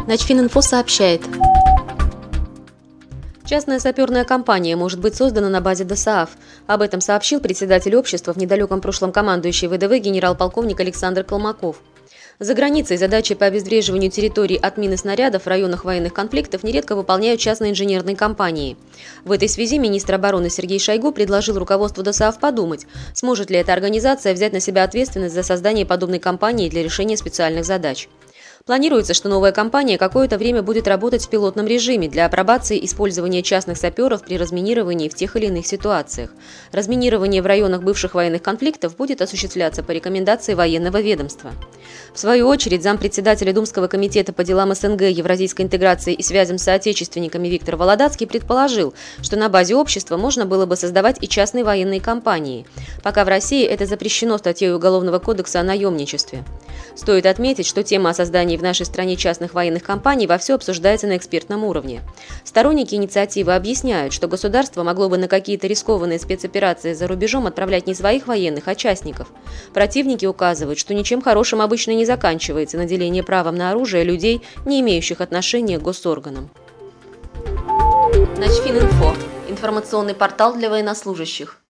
Начфининфо сообщает. Частная саперная компания может быть создана на базе ДОСААФ. Об этом сообщил председатель общества, в недалеком прошлом командующий ВДВ генерал-полковник Александр Колмаков. За границей задачи по обезвреживанию территорий от мин и снарядов в районах военных конфликтов нередко выполняют частные инженерные компании. В этой связи министр обороны Сергей Шойгу предложил руководству ДОСААФ подумать, сможет ли эта организация взять на себя ответственность за создание подобной компании для решения специальных задач. Планируется, что новая компания какое-то время будет работать в пилотном режиме для апробации использования частных саперов при разминировании в тех или иных ситуациях. Разминирование в районах бывших военных конфликтов будет осуществляться по рекомендации военного ведомства. В свою очередь, зампредседателя Думского комитета по делам СНГ, евразийской интеграции и связям с соотечественниками Виктор Володарский предположил, что на базе общества можно было бы создавать и частные военные компании. Пока в России это запрещено статьей Уголовного кодекса о наемничестве. Стоит отметить, что тема о создании в нашей стране частных военных компаний вовсю обсуждается на экспертном уровне. Сторонники инициативы объясняют, что государство могло бы на какие-то рискованные спецоперации за рубежом отправлять не своих военных, а частников. Противники указывают, что ничем хорошим обычно не заканчивается наделение правом на оружие людей, не имеющих отношения к госорганам. Начфининфо – информационный портал для военнослужащих.